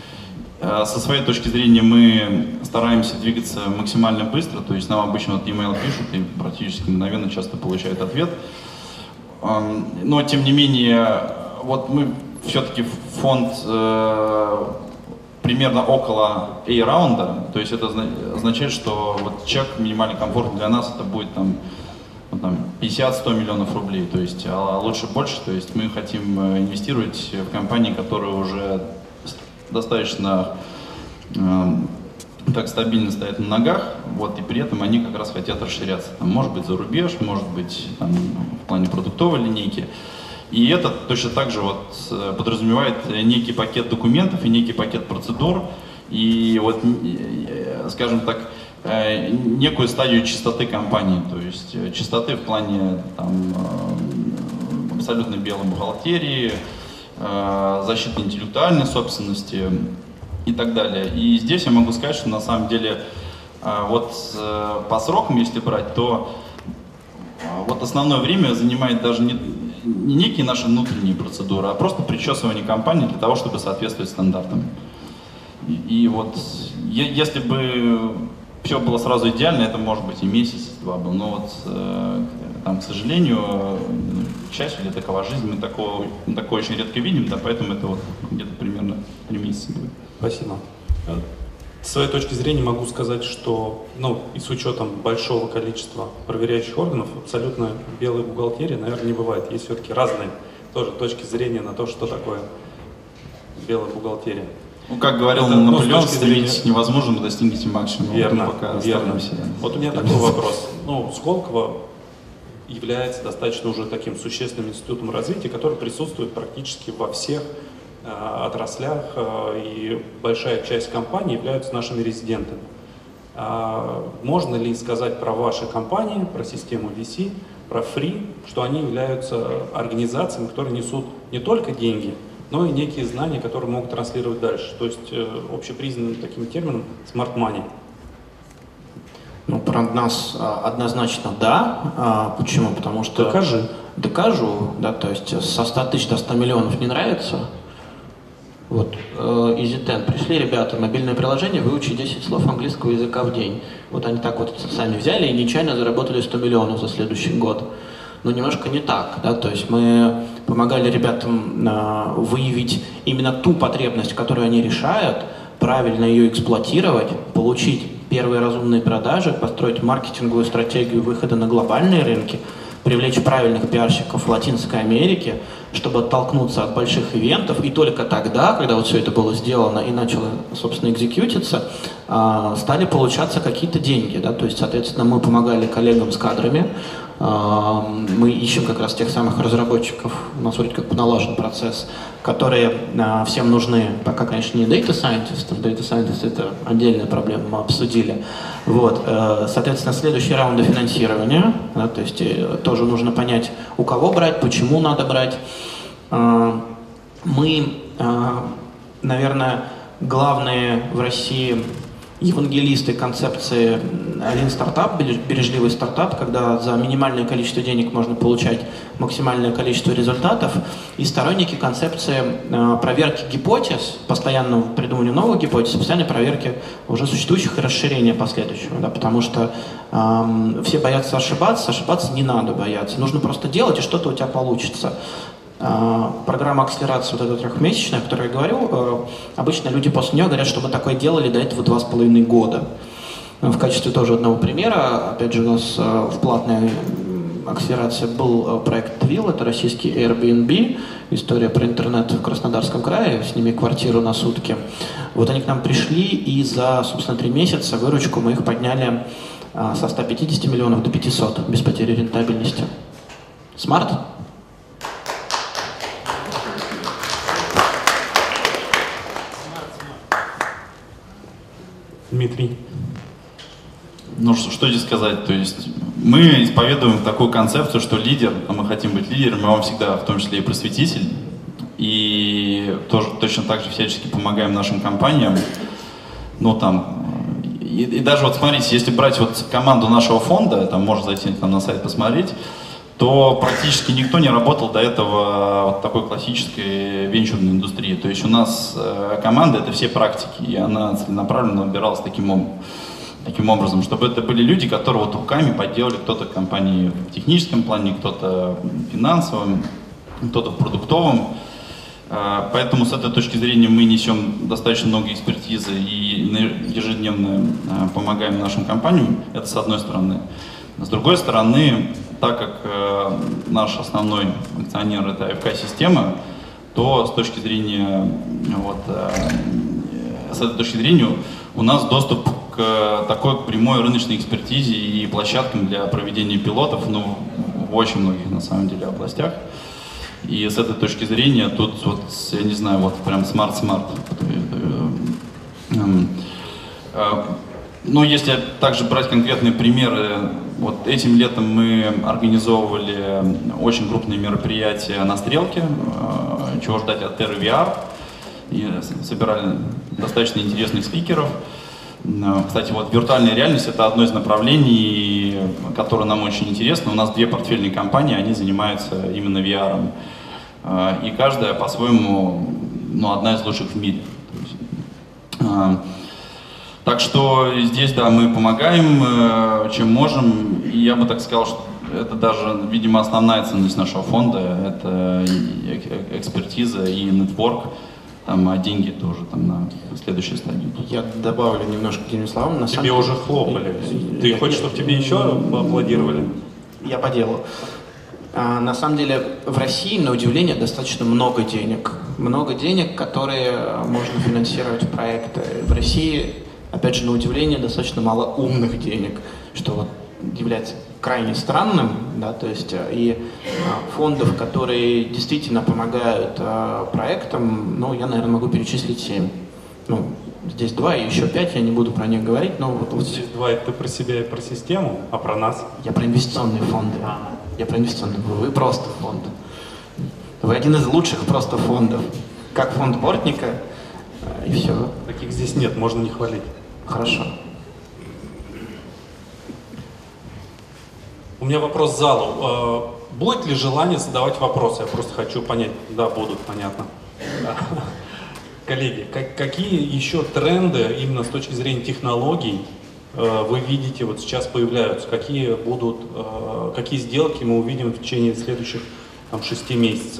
Со своей точки зрения мы стараемся двигаться максимально быстро, то есть нам обычно вот e-mail пишут и практически мгновенно часто получают ответ. Но тем не менее, вот мы все-таки фонд э, примерно около A-раунда, то есть это означает, что вот чек минимальный комфорт для нас это будет там ну, там, пятьдесят-сто миллионов рублей, то есть, а лучше больше, то есть мы хотим инвестировать в компании, которые уже достаточно э, так стабильно стоят на ногах, вот, и при этом они как раз хотят расширяться, там, может быть, за рубеж, может быть, там, в плане продуктовой линейки. И это точно так же вот подразумевает некий пакет документов и некий пакет процедур, и вот, скажем так, некую стадию чистоты компании, то есть чистоты в плане там, абсолютно белой бухгалтерии, защиты интеллектуальной собственности и так далее. И здесь я могу сказать, что на самом деле вот по срокам, если брать, то вот основное время занимает даже не, не некие наши внутренние процедуры, а просто причесывание компании для того, чтобы соответствовать стандартам. И, и вот если бы все было сразу идеально, это может быть и месяц, и два был. Но вот э, там, к сожалению, к счастью, или такова жизнь, мы такого, мы такое очень редко видим, да, поэтому это вот где-то примерно три месяца будет. Спасибо. С своей точки зрения могу сказать, что, ну, и с учетом большого количества проверяющих органов, абсолютно белой бухгалтерии, наверное, не бывает. Есть все-таки разные тоже точки зрения на то, что такое белая бухгалтерия. Ну, как говорил это, Наполеон, ну, стремитесь зрения... невозможно, вы достигнете максимума. Верно, мы пока верно. Оставимся. Вот у меня такой вопрос. Ну, Сколково является достаточно уже таким существенным институтом развития, который присутствует практически во всех э, отраслях, э, и большая часть компаний являются нашими резидентами. А можно ли сказать про ваши компании, про систему ви си, про Free, что они являются организациями, которые несут не только деньги, но и некие знания, которые могут транслировать дальше. То есть э, общепризнанным таким термином smart money. Ну, про нас а, однозначно да. А, почему? Потому что... Докажи. Докажу, да, то есть со ста тысяч до ста миллионов не нравится. Вот, э, Easy Ten. Пришли ребята, мобильное приложение, выучи десять слов английского языка в день. Вот они так вот сами взяли и нечаянно заработали сто миллионов за следующий год. Но немножко не так, да, то есть мы помогали ребятам э, выявить именно ту потребность, которую они решают, правильно ее эксплуатировать, получить первые разумные продажи, построить маркетинговую стратегию выхода на глобальные рынки, привлечь правильных пиарщиков в Латинской Америке, чтобы оттолкнуться от больших ивентов, и только тогда, когда вот все это было сделано и начало, собственно, экзекьютиться, э, стали получаться какие-то деньги, да, то есть, соответственно, мы помогали коллегам с кадрами. Мы ищем как раз тех самых разработчиков, у нас вроде как налажен процесс, которые а, всем нужны, пока, конечно, не data scientist, data scientist это отдельная проблема, мы обсудили. Вот, соответственно, следующий раунд финансирования, да, то есть тоже нужно понять, у кого брать, почему надо брать. Мы, наверное, главные в России евангелисты концепции Lean стартап, бережливый стартап, когда за минимальное количество денег можно получать максимальное количество результатов, и сторонники концепции э, проверки гипотез, постоянного придумывания новых гипотез, постоянной проверки уже существующих и расширения последующего, да, потому что э, все боятся ошибаться, ошибаться не надо бояться, нужно просто делать, и что-то у тебя получится. Программа акселерации вот эта трехмесячная, о которой я говорил, обычно люди после нее говорят, что мы такое делали до этого два с половиной года. В качестве тоже одного примера, опять же, у нас в платной акселерации был проект Твил, это российский Airbnb, история про интернет в Краснодарском крае, сними квартиру на сутки. Вот они к нам пришли, и за, собственно, три месяца выручку мы их подняли со ста пятидесяти миллионов до пятисот, без потери рентабельности. Смарт? Дмитрий. Ну, что, что здесь сказать? То есть мы исповедуем такую концепцию, что лидер, а мы хотим быть лидером, мы вам всегда, в том числе и просветитель, и тоже точно так же всячески помогаем нашим компаниям. Ну, там, и, и даже вот смотрите, если брать вот команду нашего фонда, там можно зайти там, на сайт посмотреть, то практически никто не работал до этого вот такой классической венчурной индустрии. То есть у нас э, команда — это все практики, и она целенаправленно набиралась таким образом. Таким образом, чтобы это были люди, которые вот руками подделали, кто-то в компании в техническом плане, кто-то в финансовом, кто-то в продуктовом. Поэтому с этой точки зрения мы несем достаточно много экспертизы и ежедневно помогаем нашим компаниям. Это с одной стороны. С другой стороны, так как наш основной акционер — это АФК-система, то с точки зрения, вот, с этой точки зрения у нас доступ к такой прямой рыночной экспертизе и площадкам для проведения пилотов, ну, в очень многих, на самом деле, областях. И с этой точки зрения тут, вот, я не знаю, вот прям смарт-смарт. Ну, если также брать конкретные примеры, вот этим летом мы организовывали очень крупные мероприятия на Стрелке, чего ждать от Terra ви ар, и собирали достаточно интересных спикеров. Кстати, вот виртуальная реальность — это одно из направлений, которое нам очень интересно. У нас две портфельные компании, они занимаются именно ви ар. И каждая по-своему, ну, одна из лучших в мире. Так что здесь, да, мы помогаем, чем можем. И я бы так сказал, что это даже, видимо, основная ценность нашего фонда. Это экспертиза и нетворк. Там, а деньги тоже там на следующей стадии. Я добавлю немножко к этим словам. На тебе самом... уже хлопали. Ты я, хочешь, я, чтобы тебе еще поаплодировали? Я по делу. А, на самом деле в России, на удивление, достаточно много денег. Много денег, которые можно финансировать проекты. В России, опять же, на удивление, достаточно мало умных денег, что вот является крайне странным, да, то есть и а, фондов, которые действительно помогают а, проектам, ну, я, наверное, могу перечислить семь. Ну, здесь два и еще пять, я не буду про них говорить, но вот, вот здесь два — это про себя и про систему, а про нас? Я про инвестиционные фонды. Я про инвестиционные. Вы просто фонд. Вы один из лучших просто фондов. Как фонд Бортника, и все. Таких здесь нет, можно не хвалить. Хорошо. У меня вопрос к залу. Будет ли желание задавать вопросы? Я просто хочу понять. Да, будут, понятно. Коллеги, как, какие еще тренды именно с точки зрения технологий вы видите вот сейчас появляются? Какие будут, какие сделки мы увидим в течение следующих там, шести месяцев?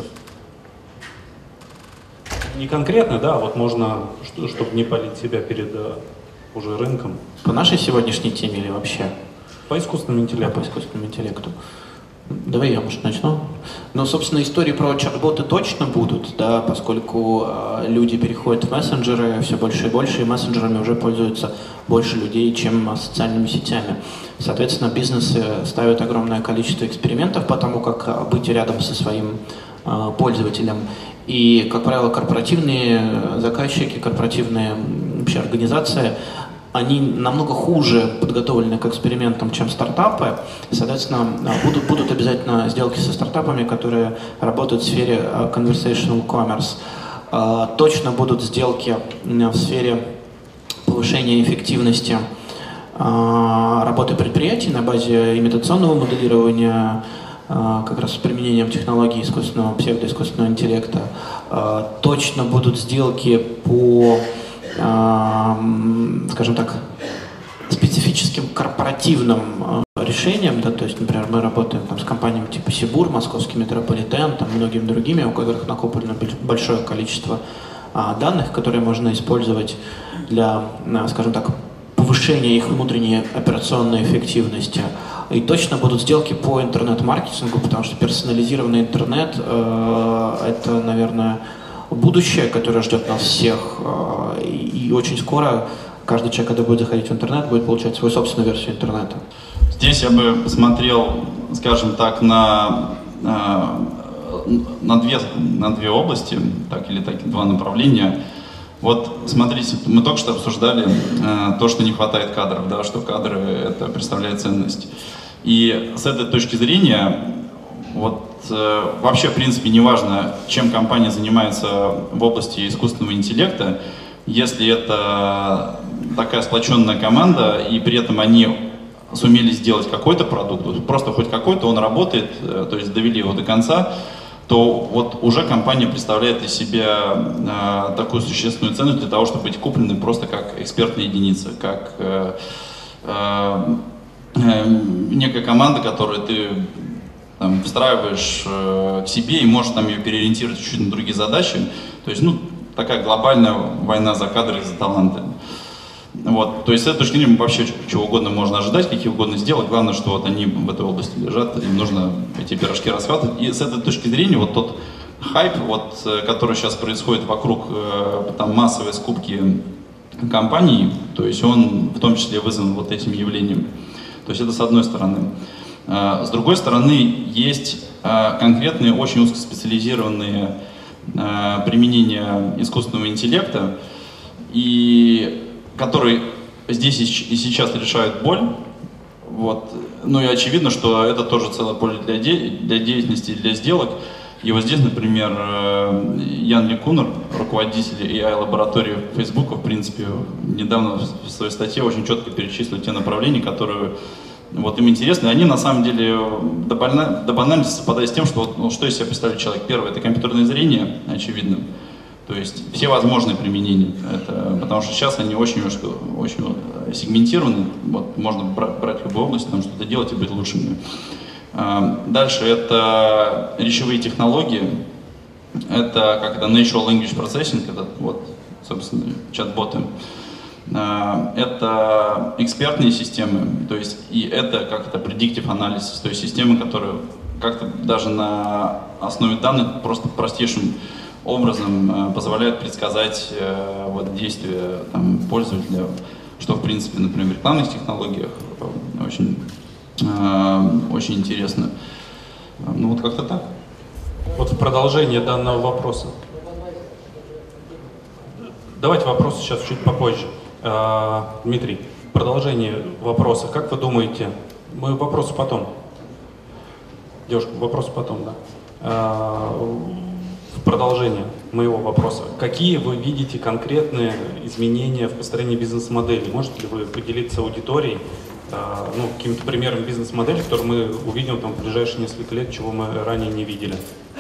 Не конкретно, да, вот можно, чтобы не палить себя перед уже рынком. По нашей сегодняшней теме или вообще? По искусственному интеллекту. Да, по искусственному интеллекту. Давай я, может, начну. Но, собственно, истории про чат-боты точно будут, да, поскольку э, люди переходят в мессенджеры все больше и больше, и мессенджерами уже пользуются больше людей, чем социальными сетями. Соответственно, бизнесы ставят огромное количество экспериментов по тому, как быть рядом со своим э, пользователем. И, как правило, корпоративные заказчики, корпоративные вообще организации, они намного хуже подготовлены к экспериментам, чем стартапы. Соответственно, будут, будут обязательно сделки со стартапами, которые работают в сфере conversational commerce. Точно будут сделки в сфере повышения эффективности работы предприятий на базе имитационного моделирования, как раз с применением технологий искусственного, псевдоискусственного интеллекта. Точно будут сделки по, скажем так, специфическим корпоративным решениям, да, то есть, например, мы работаем там, с компаниями типа Сибур, Московский метрополитен, там, многими другими, у которых накоплено большое количество а, данных, которые можно использовать для, скажем так, повышения их внутренней операционной эффективности. И точно будут сделки по интернет-маркетингу, потому что персонализированный интернет э, – это, наверное, будущее, которое ждет нас всех. Э, и, и очень скоро каждый человек, когда будет заходить в интернет, будет получать свою собственную версию интернета. Здесь я бы посмотрел, скажем так, на, на, две, на две области, так или так, два направления. Вот смотрите, мы только что обсуждали э, то, что не хватает кадров, да, что кадры это представляет ценность. И с этой точки зрения, вот э, вообще в принципе не важно, чем компания занимается в области искусственного интеллекта, если это такая сплоченная команда, и при этом они сумели сделать какой-то продукт, просто хоть какой-то, он работает, э, то есть довели его до конца, то вот уже компания представляет из себя э, такую существенную ценность для того, чтобы быть купленной просто как экспертная единица, как э, э, э, некая команда, которую ты там, встраиваешь э, к себе и можешь там ее переориентировать чуть-чуть на другие задачи. То есть, ну, такая глобальная война за кадры и за таланты. Вот, то есть с этой точки зрения вообще чего угодно можно ожидать, какие угодно сделать. Главное, что вот они в этой области лежат, им нужно эти пирожки расхватывать. И с этой точки зрения вот тот хайп, вот, который сейчас происходит вокруг там, массовой скупки компаний, то есть он в том числе вызван вот этим явлением. То есть это с одной стороны. С другой стороны, есть конкретные, очень узкоспециализированные применения искусственного интеллекта, и которые здесь и сейчас решают боль. Вот. Ну и очевидно, что это тоже целое поле для, де для деятельности, для сделок. И вот здесь, например, Ян Лекунер, руководитель эй ай-лаборатории Facebook, в принципе, недавно в своей статье очень четко перечислил те направления, которые вот, им интересны. Они на самом деле до, больна до банальности совпадают с тем, что, вот, ну, что из себя представляет человек. Первое – это компьютерное зрение, очевидно. То есть все возможные применения, это, потому что сейчас они очень, очень сегментированы, вот, можно брать любую область, там что-то делать и быть лучшими. Дальше это речевые технологии, это как это Natural Language Processing, это вот, собственно, чат-боты. Это экспертные системы, то есть и это как это predictive analysis, то есть системы, которые как-то даже на основе данных просто простейшим образом позволяют предсказать э, вот, действия там, пользователя, что в принципе, например, в рекламных технологиях очень, э, очень интересно. Ну вот как-то так. Вот в продолжение данного вопроса. Давайте вопрос сейчас чуть попозже. Э, Дмитрий, продолжение вопроса. Как вы думаете, мы вопросы потом. Девушка, вопросы потом, да. Э, Продолжение моего вопроса. Какие вы видите конкретные изменения в построении бизнес-модели? Можете ли вы поделиться аудиторией, э, ну, каким-то примером бизнес-модели, который мы увидим там, в ближайшие несколько лет, чего мы ранее не видели?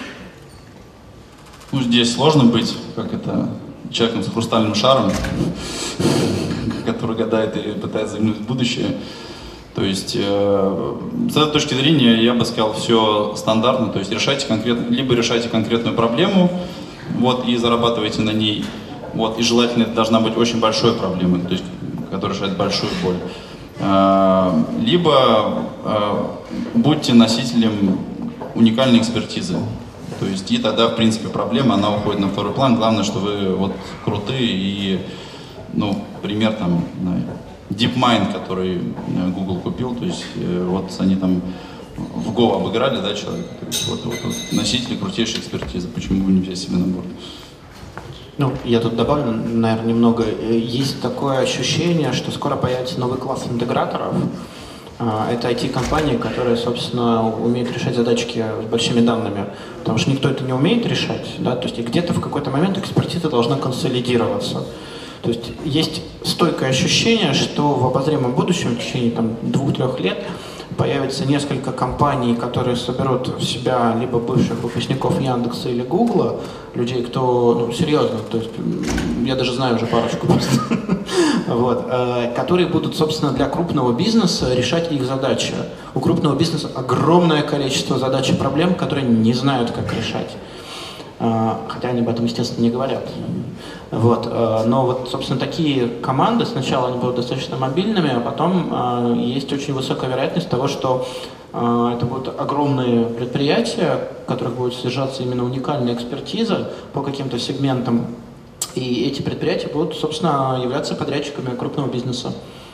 Ну, здесь сложно быть, как это, человеком с хрустальным шаром, который гадает и пытается заглянуть в будущее. То есть, э, с этой точки зрения, я бы сказал, все стандартно, то есть решайте конкретно, либо решайте конкретную проблему, вот, и зарабатывайте на ней, вот, и желательно это должна быть очень большой проблемой, то есть, которая решает большую боль. Э, либо э, будьте носителем уникальной экспертизы, то есть, и тогда, в принципе, проблема, она уходит на второй план, главное, что вы, вот, крутые и, ну, пример, там, DeepMind, который Google купил, то есть э, вот они там в Go обыграли, да, человека, то есть вот, вот, вот носители крутейшей экспертизы, почему бы не взять себе на борт? Ну, я тут добавлю, наверное, немного. Есть такое ощущение, что скоро появится новый класс интеграторов. Это ай ти-компании, которые, собственно, умеют решать задачки с большими данными, потому что никто это не умеет решать, да, то есть и где-то в какой-то момент экспертиза должна консолидироваться. То есть есть стойкое ощущение, что в обозримом будущем, в течение там, двух-трех лет, появится несколько компаний, которые соберут в себя либо бывших выпускников Яндекса или Гугла, людей, кто, ну, серьезно, то есть я даже знаю уже парочку просто, вот, которые будут, собственно, для крупного бизнеса решать их задачи. У крупного бизнеса огромное количество задач и проблем, которые не знают, как решать. Хотя они об этом, естественно, не говорят. Вот. Но вот, собственно, такие команды, сначала они будут достаточно мобильными, а потом есть очень высокая вероятность того, что это будут огромные предприятия, в которых будет содержаться именно уникальная экспертиза по каким-то сегментам, и эти предприятия будут, собственно, являться подрядчиками крупного бизнеса.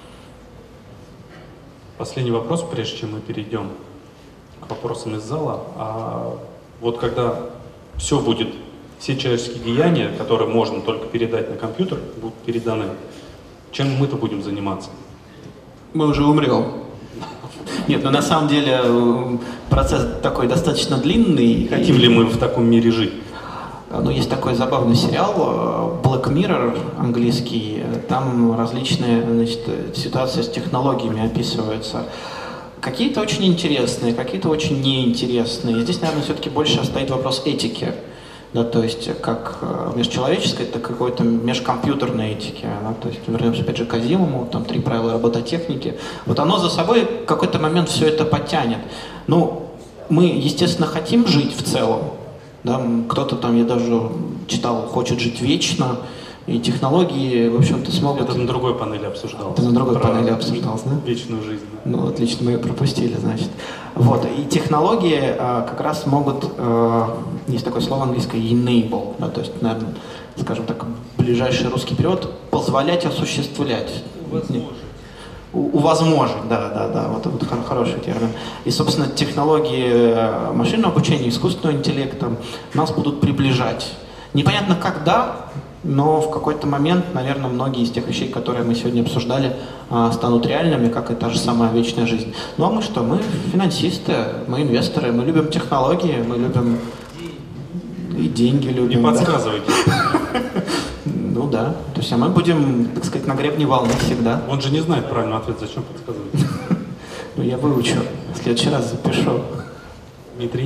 Последний вопрос, прежде чем мы перейдем к вопросам из зала. А вот когда все будет, все человеческие деяния, которые можно только передать на компьютер, будут переданы, чем мы-то будем заниматься? Мы уже умрем. Нет, но на самом деле процесс такой достаточно длинный. Хотим ли мы в таком мире жить? Ну, есть такой забавный сериал Black Mirror английский, там различные, значит, ситуации с технологиями описываются. Какие-то очень интересные, какие-то очень неинтересные. Здесь, наверное, все-таки больше стоит вопрос этики. Да, то есть как межчеловеческой, так и какой-то межкомпьютерной этики. Да, то есть вернемся опять же к Азимову, там три правила робототехники. Вот оно за собой в какой-то момент все это потянет. Ну, мы, естественно, хотим жить в целом. Да, кто-то там, я даже читал, хочет жить вечно, и технологии, в общем-то, смогут... Это на другой панели обсуждалось. Это на другой Про панели обсуждалось, да? Вечную жизнь. Ну, отлично, мы ее пропустили, значит. Вот, и технологии а, как раз могут, а, есть такое слово английское, enable, да, то есть, наверное, скажем так, ближайший русский перевод, позволять осуществлять. Возможность. Увозможить, да, да, да, вот это вот хороший термин. И, собственно, технологии машинного обучения, искусственного интеллекта нас будут приближать. Непонятно когда, но в какой-то момент, наверное, многие из тех вещей, которые мы сегодня обсуждали, станут реальными, как и та же самая вечная жизнь. Ну а мы что? Мы финансисты, мы инвесторы, мы любим технологии, мы любим и деньги любим. Не подсказывайте. Ну да. То есть, а мы будем, так сказать, на гребне волны всегда. Он же не знает правильный ответ, зачем подсказывать? Ну я выучу, в следующий раз запишу. Дмитрий?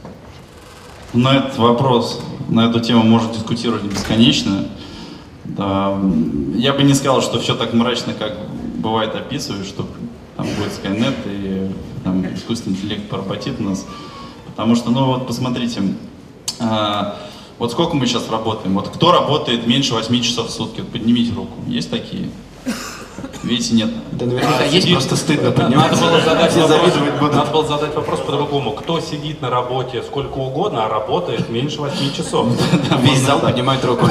На этот вопрос, на эту тему можно дискутировать бесконечно. Да, я бы не сказал, что все так мрачно, как бывает описывают, что там будет Skynet и там, искусственный интеллект поработит нас. Потому что, ну вот посмотрите, а, вот сколько мы сейчас работаем? Вот кто работает меньше восьми часов в сутки? Вот поднимите руку. Есть такие? Видите, нет. Да наверняка а, есть, сидит, просто стыдно поднимать. Надо было задать вопрос, надо было задать вопрос по-другому. Кто сидит на работе сколько угодно, а работает меньше восьми часов? Весь зал поднимает руку.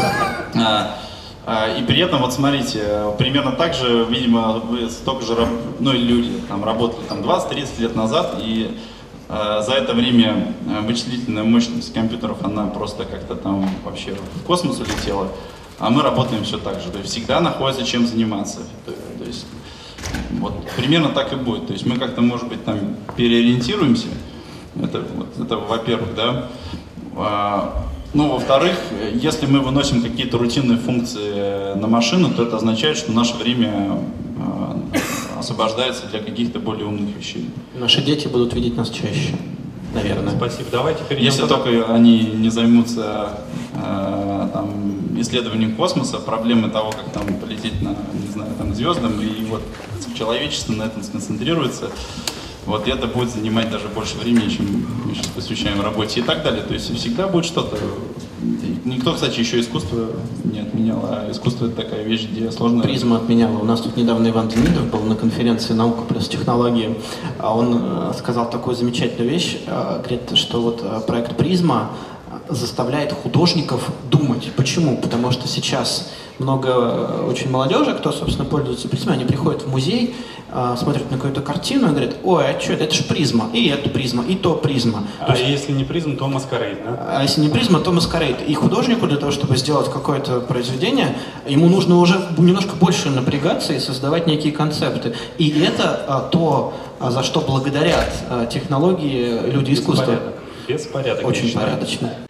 И при этом, вот смотрите, примерно так же, видимо, вы столько же, ну, люди там работали там двадцать-тридцать лет назад, и э, за это время вычислительная мощность компьютеров, она просто как-то там вообще в космос улетела, а мы работаем все так же, то есть всегда находится чем заниматься. То, то есть вот примерно так и будет, то есть мы как-то, может быть, там переориентируемся, это, вот, это во-первых, да. Ну, во-вторых, если мы выносим какие-то рутинные функции на машину, то это означает, что наше время э, освобождается для каких-то более умных вещей. Наши дети будут видеть нас чаще, наверное. Спасибо. Давайте перейдем. Если туда. только они не займутся э, там, исследованием космоса, проблемы того, как там полететь на, не знаю, там, звездам, и вот человечество на этом сконцентрируется. Вот это будет занимать даже больше времени, чем мы сейчас посвящаем работе и так далее. То есть всегда будет что-то. Никто, кстати, еще искусство не отменял, а искусство — это такая вещь, где сложно... Призма отменяла. У нас тут недавно Иван Демидов был на конференции «Наука плюс технологии». Он сказал такую замечательную вещь, говорит, что вот проект «Призма» заставляет художников думать. Почему? Потому что сейчас много очень молодежи, кто, собственно, пользуется призмой, они приходят в музей, смотрят на какую-то картину и говорят: ой, а что это? Это же призма, и это призма, и то призма. А то есть, если не призма, то маскарейд, да? А если не призма, то маскарейд. И художнику для того, чтобы сделать какое-то произведение, ему нужно уже немножко больше напрягаться и создавать некие концепты. И это а, то, а, за что благодарят а, технологии люди искусства. Беспорядок. Беспорядок. Очень порядочно.